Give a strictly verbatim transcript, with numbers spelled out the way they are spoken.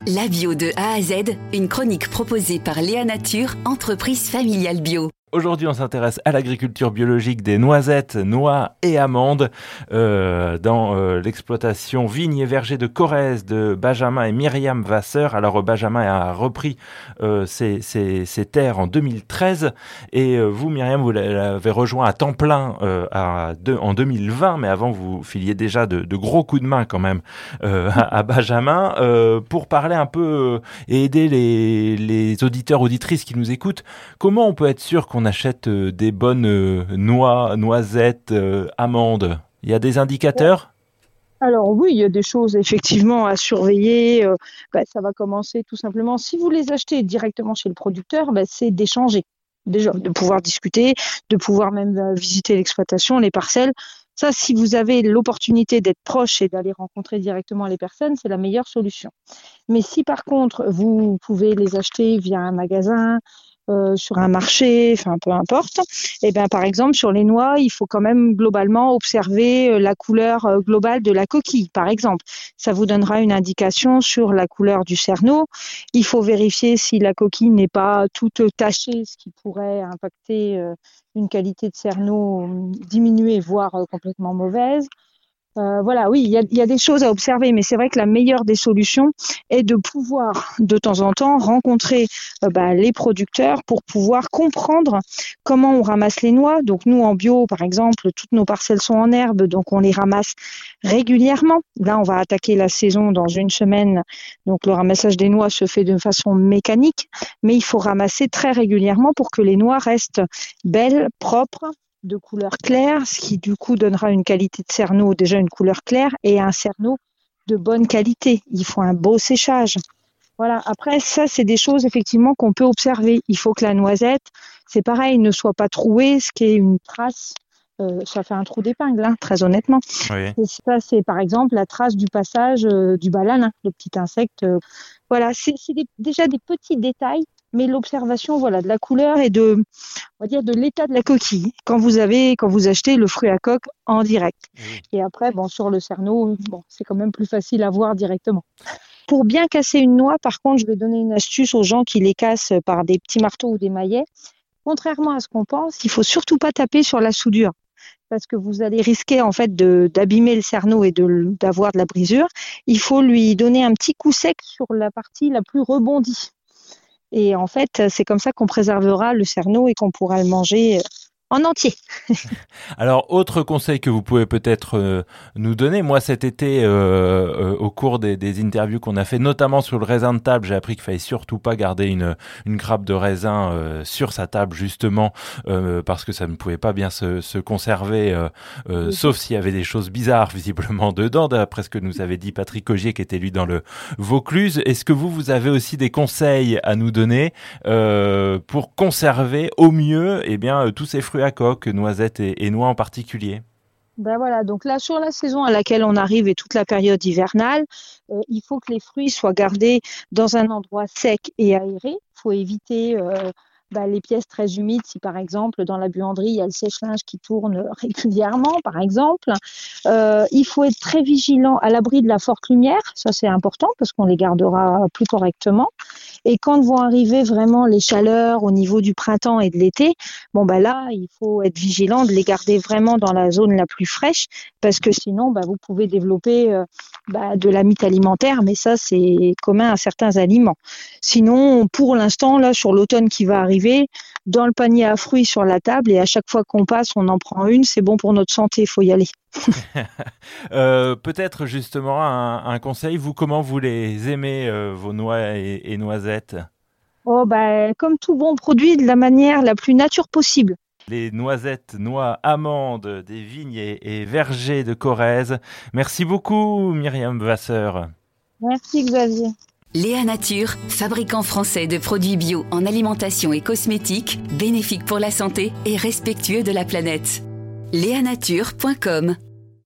La bio de A à Z, une chronique proposée par Léa Nature, entreprise familiale bio. Aujourd'hui, on s'intéresse à l'agriculture biologique des noisettes, noix et amandes euh, dans euh, l'exploitation vigne et verger de Corrèze de Benjamin et Myriam Vasseur. Alors, Benjamin a repris euh, ses, ses, ses terres en deux mille treize et euh, vous, Myriam, vous l'avez rejoint à temps plein euh, à deux, en deux mille vingt, mais avant, vous filiez déjà de, de gros coups de main quand même euh, à, à Benjamin euh, pour parler un peu euh, et aider les, les auditeurs, auditrices qui nous écoutent. Comment on peut être sûr qu'on On achète euh, des bonnes euh, noix, noisettes, euh, amandes? Il y a des indicateurs? Alors oui, il y a des choses effectivement à surveiller. Euh, bah, ça va commencer tout simplement. Si vous les achetez directement chez le producteur, bah, c'est d'échanger. Déjà, de pouvoir discuter, de pouvoir même euh, visiter l'exploitation, les parcelles. Ça, si vous avez l'opportunité d'être proche et d'aller rencontrer directement les personnes, c'est la meilleure solution. Mais si par contre, vous pouvez les acheter via un magasin, Euh, sur un marché, enfin peu importe. Et bien par exemple sur les noix, il faut quand même globalement observer la couleur globale de la coquille, par exemple. Ça vous donnera une indication sur la couleur du cerneau. Il faut vérifier si la coquille n'est pas toute tachée, ce qui pourrait impacter euh, une qualité de cerneau diminuée, voire euh, complètement mauvaise. Euh, voilà, oui, il y a, il y a des choses à observer, mais c'est vrai que la meilleure des solutions est de pouvoir de temps en temps rencontrer euh, bah, les producteurs pour pouvoir comprendre comment on ramasse les noix. Donc nous en bio, par exemple, toutes nos parcelles sont en herbe, donc on les ramasse régulièrement. Là, on va attaquer la saison dans une semaine, donc le ramassage des noix se fait de façon mécanique, mais il faut ramasser très régulièrement pour que les noix restent belles, propres, de couleur claire, ce qui du coup donnera une qualité de cerneau, déjà une couleur claire et un cerneau de bonne qualité. Il faut un beau séchage. Voilà. Après, ça, c'est des choses effectivement qu'on peut observer. Il faut que la noisette, c'est pareil, ne soit pas trouée, ce qui est une trace. Euh, ça fait un trou d'épingle, hein, très honnêtement. Oui. Et ça, c'est par exemple la trace du passage euh, du balanin, le petit insecte. Euh, voilà, c'est, c'est des, déjà des petits détails. Mais l'observation, voilà, de la couleur et de, on va dire, de l'état de la coquille quand vous avez, quand vous achetez le fruit à coque en direct. Oui. Et après, bon, sur le cerneau, bon, c'est quand même plus facile à voir directement. Pour bien casser une noix, par contre, je vais donner une astuce aux gens qui les cassent par des petits marteaux ou des maillets. Contrairement à ce qu'on pense, il faut surtout pas taper sur la soudure, parce que vous allez risquer en fait de, d'abîmer le cerneau et de, d'avoir de la brisure. Il faut lui donner un petit coup sec sur la partie la plus rebondie. Et en fait, c'est comme ça qu'on préservera le cerneau et qu'on pourra le manger en entier. Alors, autre conseil que vous pouvez peut-être euh, nous donner, moi cet été, euh, euh, au cours des, des interviews qu'on a fait, notamment sur le raisin de table, j'ai appris qu'il fallait surtout pas garder une, une grappe de raisin euh, sur sa table, justement, euh, parce que ça ne pouvait pas bien se, se conserver, euh, euh, oui. Sauf s'il y avait des choses bizarres, visiblement, dedans, d'après ce que nous avait dit Patrick Augier, qui était lui dans le Vaucluse. Est-ce que vous, vous avez aussi des conseils à nous donner euh, pour conserver au mieux eh bien, tous ces fruits à coque, noisettes et, et noix en particulier? Ben voilà, donc là sur la saison à laquelle on arrive et toute la période hivernale, euh, il faut que les fruits soient gardés dans un endroit sec et aéré. Il faut éviter euh, bah, les pièces très humides, si par exemple dans la buanderie il y a le sèche-linge qui tourne régulièrement par exemple. Euh, il faut être très vigilant à l'abri de la forte lumière, ça c'est important parce qu'on les gardera plus correctement. Et quand vont arriver vraiment les chaleurs au niveau du printemps et de l'été, bon bah là il faut être vigilant de les garder vraiment dans la zone la plus fraîche parce que sinon bah, vous pouvez développer euh, bah, de la mythe alimentaire, mais ça c'est commun à certains aliments. Sinon pour l'instant là sur l'automne qui va arriver, dans le panier à fruits sur la table et à chaque fois qu'on passe on en prend une, c'est bon pour notre santé, il faut y aller. euh, peut-être justement un, un conseil, vous comment vous les aimez euh, vos noix et, et noisettes? Oh bah, comme tout bon produit, de la manière la plus nature possible. Les noisettes, noix, amandes des vignes et, et vergers de Corrèze. Merci beaucoup Myriam Vasseur. Merci Xavier. Léa Nature, fabricant français de produits bio en alimentation et cosmétiques, bénéfiques pour la santé et respectueux de la planète. léa nature point com